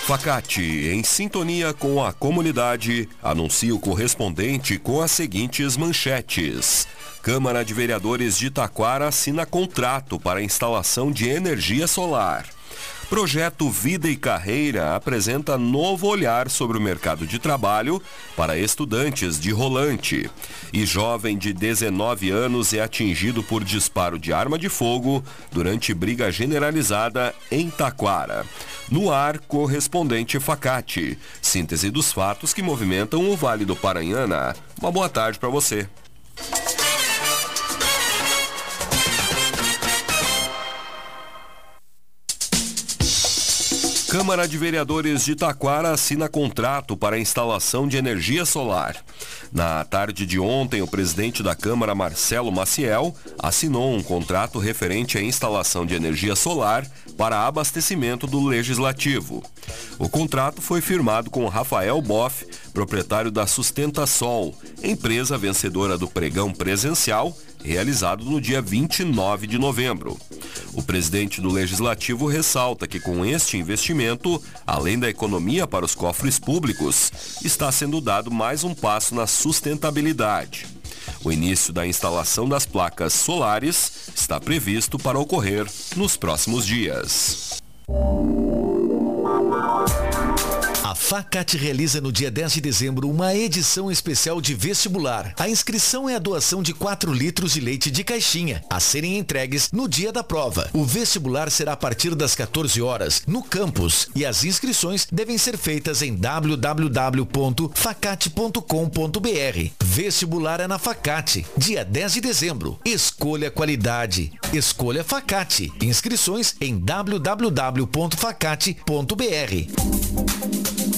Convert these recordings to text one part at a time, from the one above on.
Facate, em sintonia com a comunidade, anuncia o correspondente com as seguintes manchetes. Câmara de Vereadores de Taquara assina contrato para instalação de energia solar. Projeto Vida e Carreira apresenta novo olhar sobre o mercado de trabalho para estudantes de Rolante. E jovem de 19 anos é atingido por disparo de arma de fogo durante briga generalizada em Taquara. No ar, correspondente Facate. Síntese dos fatos que movimentam o Vale do Paranhana. Uma boa tarde para você. Câmara de Vereadores de Taquara assina contrato para a instalação de energia solar. Na tarde de ontem, o presidente da Câmara, Marcelo Maciel, assinou um contrato referente à instalação de energia solar para abastecimento do Legislativo. O contrato foi firmado com Rafael Boff, proprietário da Sustentasol, empresa vencedora do pregão presencial, realizado no dia 29 de novembro. O presidente do Legislativo ressalta que com este investimento, além da economia para os cofres públicos, está sendo dado mais um passo na sustentabilidade. O início da instalação das placas solares está previsto para ocorrer nos próximos dias. A Facate realiza no dia 10 de dezembro uma edição especial de vestibular. A inscrição é a doação de 4 litros de leite de caixinha, a serem entregues no dia da prova. O vestibular será a partir das 14 horas, no campus, e as inscrições devem ser feitas em www.facate.com.br. Vestibular é na Facate, dia 10 de dezembro. Escolha qualidade. Escolha Facate. Inscrições em www.facate.br.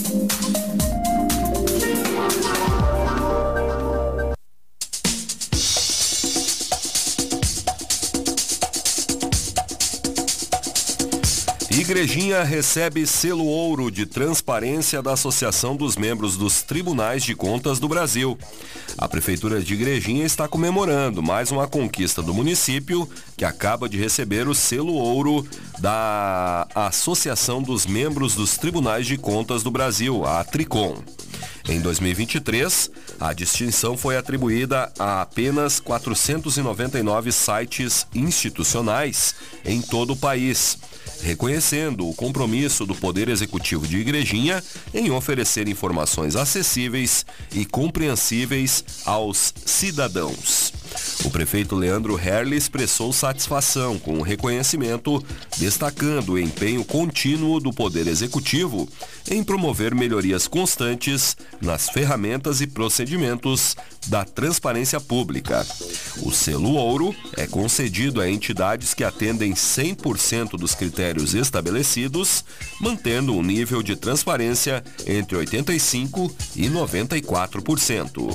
Igrejinha recebe selo ouro de transparência da Associação dos Membros dos Tribunais de Contas do Brasil. A Prefeitura de Igrejinha está comemorando mais uma conquista do município, que acaba de receber o selo ouro da Associação dos Membros dos Tribunais de Contas do Brasil, a Tricom. Em 2023, a distinção foi atribuída a apenas 499 sites institucionais em todo o país, reconhecendo o compromisso do Poder Executivo de Igrejinha em oferecer informações acessíveis e compreensíveis aos cidadãos. O prefeito Leandro Herle expressou satisfação com o reconhecimento, destacando o empenho contínuo do Poder Executivo em promover melhorias constantes nas ferramentas e procedimentos da transparência pública. O selo ouro é concedido a entidades que atendem 100% dos critérios estabelecidos, mantendo um nível de transparência entre 85% e 94%.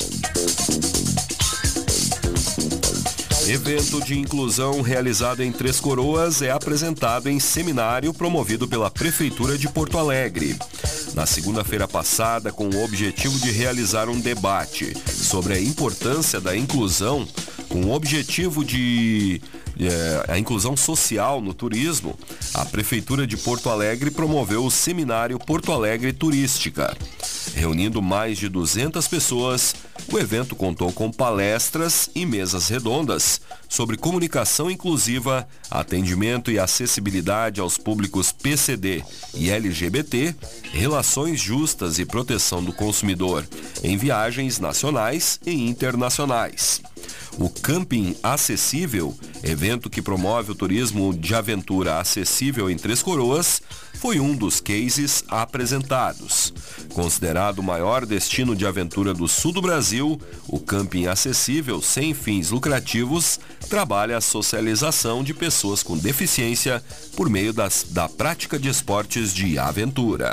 Evento de inclusão realizado em Três Coroas é apresentado em seminário promovido pela Prefeitura de Porto Alegre. Na segunda-feira passada, com o objetivo de realizar um debate sobre a importância da inclusão, com o objetivo de a inclusão social no turismo, a Prefeitura de Porto Alegre promoveu o seminário Porto Alegre Turística. Reunindo mais de 200 pessoas, o evento contou com palestras e mesas redondas sobre comunicação inclusiva, atendimento e acessibilidade aos públicos PCD e LGBT, relações justas e proteção do consumidor em viagens nacionais e internacionais. O Camping Acessível, evento que promove o turismo de aventura acessível em Três Coroas, foi um dos cases apresentados. Considerado o maior destino de aventura do sul do Brasil, o Camping Acessível, sem fins lucrativos, trabalha a socialização de pessoas com deficiência por meio da prática de esportes de aventura.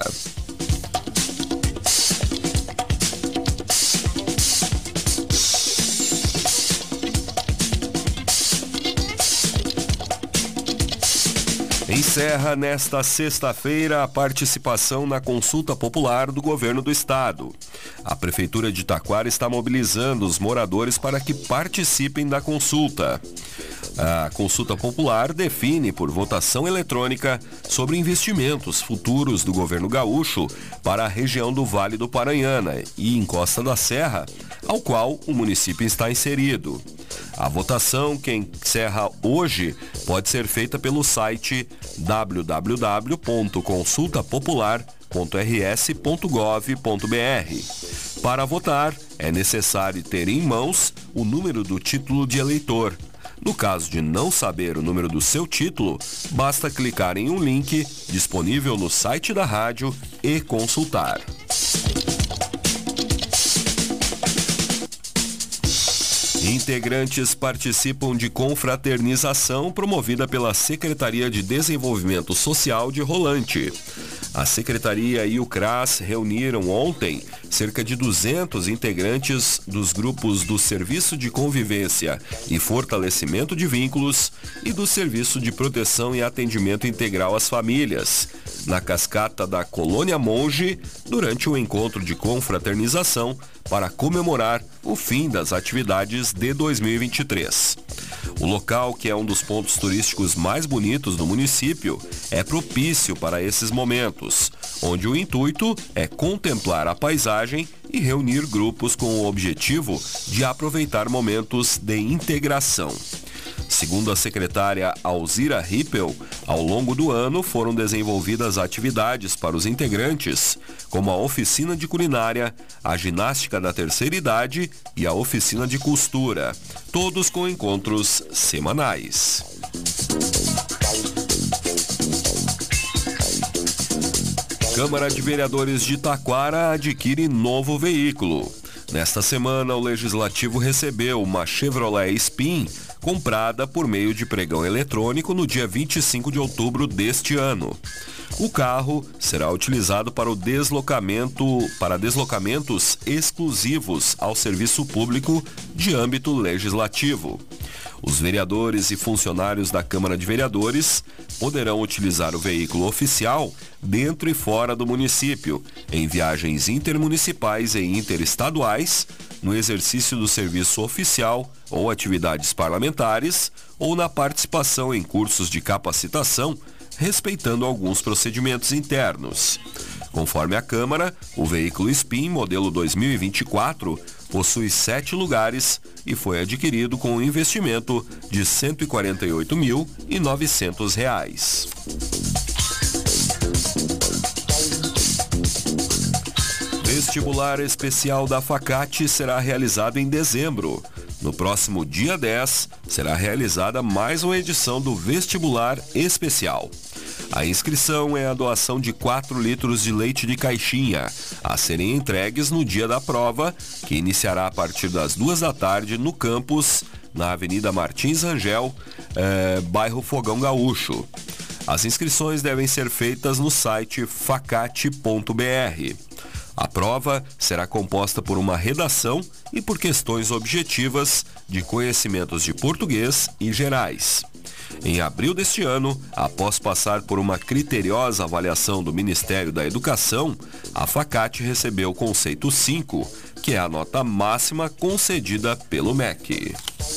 Encerra nesta sexta-feira a participação na consulta popular do governo do estado. A Prefeitura de Taquara está mobilizando os moradores para que participem da consulta. A consulta popular define por votação eletrônica sobre investimentos futuros do governo gaúcho para a região do Vale do Paranhana e Encosta da Serra, ao qual o município está inserido. A votação, que encerra hoje, pode ser feita pelo site www.consultapopular.rs.gov.br. Para votar, é necessário ter em mãos o número do título de eleitor. No caso de não saber o número do seu título, basta clicar em um link disponível no site da rádio e consultar. Integrantes participam de confraternização promovida pela Secretaria de Desenvolvimento Social de Rolante. A Secretaria e o CRAS reuniram ontem cerca de 200 integrantes dos grupos do Serviço de Convivência e Fortalecimento de Vínculos e do Serviço de Proteção e Atendimento Integral às Famílias, na cascata da Colônia Monge, durante o encontro de confraternização para comemorar o fim das atividades de 2023. O local, que é um dos pontos turísticos mais bonitos do município, é propício para esses momentos, onde o intuito é contemplar a paisagem e reunir grupos com o objetivo de aproveitar momentos de integração. Segundo a secretária Alzira Rippel, ao longo do ano foram desenvolvidas atividades para os integrantes, como a oficina de culinária, a ginástica da terceira idade e a oficina de costura, todos com encontros semanais. Câmara de Vereadores de Taquara adquire novo veículo. Nesta semana, o Legislativo recebeu uma Chevrolet Spin comprada por meio de pregão eletrônico no dia 25 de outubro deste ano. O carro será utilizado para deslocamentos exclusivos ao serviço público de âmbito legislativo. Os vereadores e funcionários da Câmara de Vereadores poderão utilizar o veículo oficial dentro e fora do município, em viagens intermunicipais e interestaduais, no exercício do serviço oficial ou atividades parlamentares, ou na participação em cursos de capacitação, respeitando alguns procedimentos internos. Conforme a Câmara, o veículo Spin modelo 2024 possui 7 lugares e foi adquirido com um investimento de R$ 148.900. Vestibular especial da Facate será realizado em dezembro. No próximo dia 10, será realizada mais uma edição do vestibular especial. A inscrição é a doação de 4 litros de leite de caixinha, a serem entregues no dia da prova, que iniciará a partir das 2 da tarde no campus, na Avenida Martins Rangel, bairro Fogão Gaúcho. As inscrições devem ser feitas no site facate.br. A prova será composta por uma redação e por questões objetivas de conhecimentos de português e gerais. Em abril deste ano, após passar por uma criteriosa avaliação do Ministério da Educação, a Facate recebeu o conceito 5, que é a nota máxima concedida pelo MEC.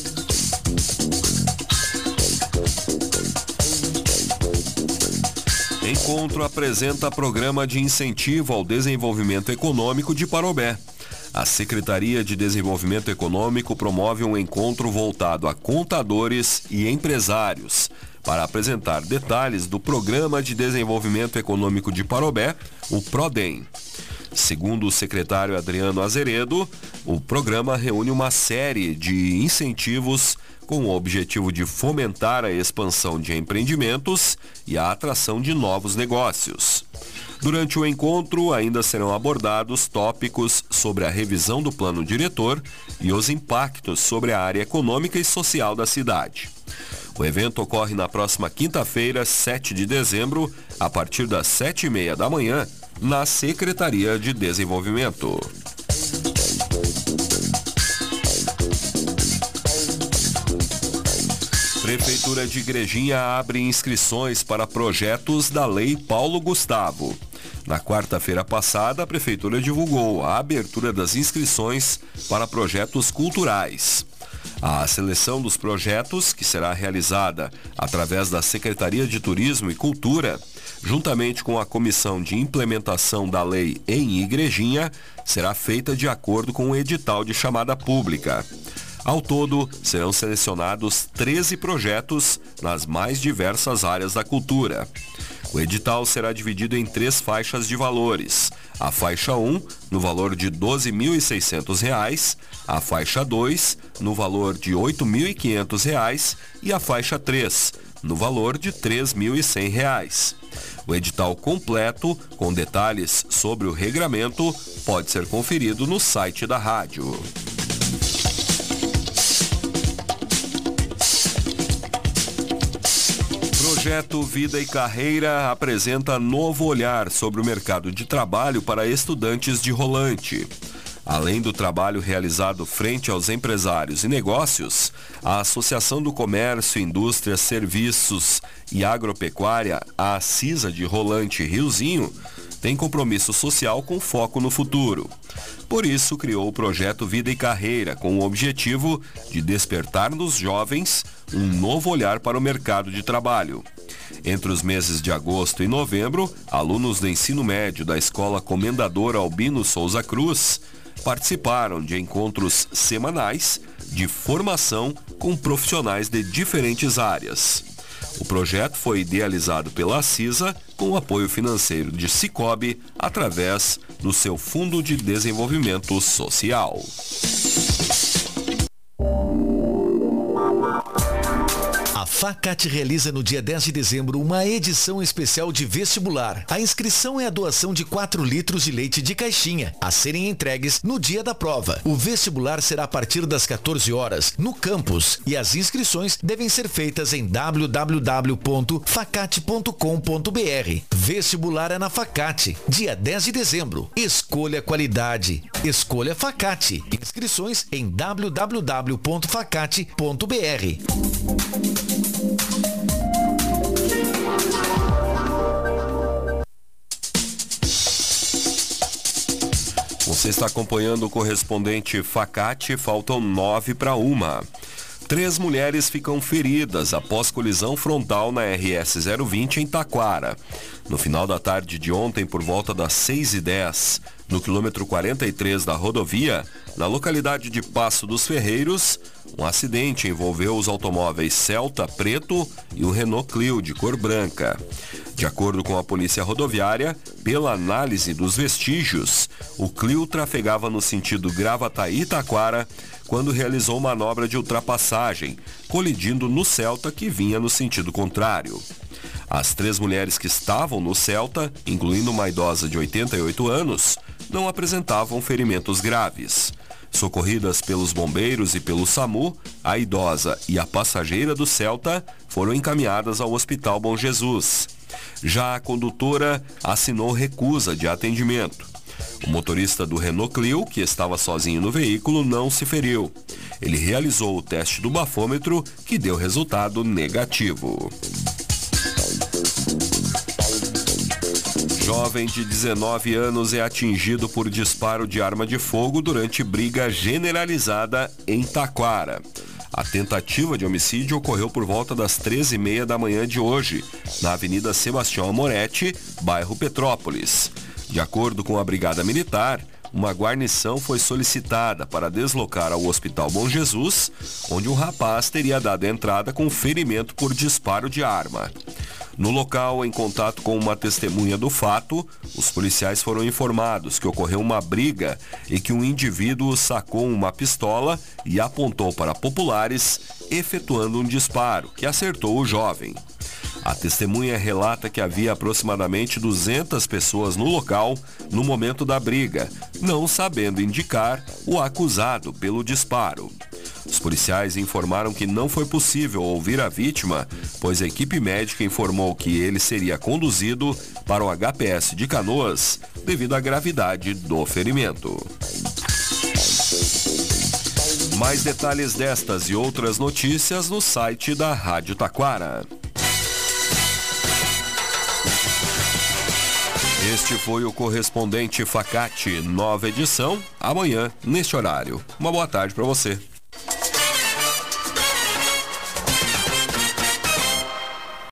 Encontro apresenta programa de incentivo ao desenvolvimento econômico de Parobé. A Secretaria de Desenvolvimento Econômico promove um encontro voltado a contadores e empresários para apresentar detalhes do Programa de Desenvolvimento Econômico de Parobé, o PRODEM. Segundo o secretário Adriano Azeredo, o programa reúne uma série de incentivos com o objetivo de fomentar a expansão de empreendimentos e a atração de novos negócios. Durante o encontro, ainda serão abordados tópicos sobre a revisão do plano diretor e os impactos sobre a área econômica e social da cidade. O evento ocorre na próxima quinta-feira, 7 de dezembro, a partir das 7h30 da manhã, na Secretaria de Desenvolvimento. Prefeitura de Igrejinha abre inscrições para projetos da Lei Paulo Gustavo. Na quarta-feira passada, a Prefeitura divulgou a abertura das inscrições para projetos culturais. A seleção dos projetos, que será realizada através da Secretaria de Turismo e Cultura, juntamente com a Comissão de Implementação da Lei em Igrejinha, será feita de acordo com o edital de chamada pública. Ao todo, serão selecionados 13 projetos nas mais diversas áreas da cultura. O edital será dividido em 3 faixas de valores. A faixa 1, no valor de R$ 12.600, a faixa 2, no valor de R$ 8.500 e a faixa 3, no valor de R$ 3.100. O edital completo, com detalhes sobre o regramento, pode ser conferido no site da rádio. O projeto Vida e Carreira apresenta novo olhar sobre o mercado de trabalho para estudantes de Rolante. Além do trabalho realizado frente aos empresários e negócios, a Associação do Comércio, Indústria, Serviços e Agropecuária, a ACISA de Rolante Riozinho, tem compromisso social com foco no futuro. Por isso, criou o projeto Vida e Carreira, com o objetivo de despertar nos jovens um novo olhar para o mercado de trabalho. Entre os meses de agosto e novembro, alunos do ensino médio da Escola Comendador Albino Souza Cruz participaram de encontros semanais de formação com profissionais de diferentes áreas. O projeto foi idealizado pela ACISA com o apoio financeiro de Cicobi através do seu Fundo de Desenvolvimento Social. A Facate realiza no dia 10 de dezembro uma edição especial de vestibular. A inscrição é a doação de 4 litros de leite de caixinha, a serem entregues no dia da prova. O vestibular será a partir das 14 horas no campus e as inscrições devem ser feitas em www.facate.com.br. Vestibular é na Facate, dia 10 de dezembro. Escolha qualidade. Escolha Facate. Inscrições em www.facate.br. Você está acompanhando o correspondente Facate, faltam 9:01. 3 mulheres ficam feridas após colisão frontal na RS 020 em Taquara. No final da tarde de ontem, por volta das 6h10, no quilômetro 43 da rodovia, na localidade de Passo dos Ferreiros, um acidente envolveu os automóveis Celta preto e o Renault Clio de cor branca. De acordo com a polícia rodoviária, pela análise dos vestígios, o Clio trafegava no sentido Gravataí-Taquara quando realizou manobra de ultrapassagem, colidindo no Celta que vinha no sentido contrário. As 3 mulheres que estavam no Celta, incluindo uma idosa de 88 anos, não apresentavam ferimentos graves. Socorridas pelos bombeiros e pelo SAMU, a idosa e a passageira do Celta foram encaminhadas ao Hospital Bom Jesus. Já a condutora assinou recusa de atendimento. O motorista do Renault Clio, que estava sozinho no veículo, não se feriu. Ele realizou o teste do bafômetro, que deu resultado negativo. Jovem de 19 anos é atingido por disparo de arma de fogo durante briga generalizada em Taquara. A tentativa de homicídio ocorreu por volta das 13h30 da manhã de hoje, na Avenida Sebastião Amoretti, bairro Petrópolis. De acordo com a Brigada Militar, uma guarnição foi solicitada para deslocar ao Hospital Bom Jesus, onde um rapaz teria dado entrada com ferimento por disparo de arma. No local, em contato com uma testemunha do fato, os policiais foram informados que ocorreu uma briga e que um indivíduo sacou uma pistola e apontou para populares, efetuando um disparo que acertou o jovem. A testemunha relata que havia aproximadamente 200 pessoas no local no momento da briga, não sabendo indicar o acusado pelo disparo. Os policiais informaram que não foi possível ouvir a vítima, pois a equipe médica informou que ele seria conduzido para o HPS de Canoas devido à gravidade do ferimento. Mais detalhes destas e outras notícias no site da Rádio Taquara. Este foi o correspondente Facate, nova edição, amanhã, neste horário. Uma boa tarde para você.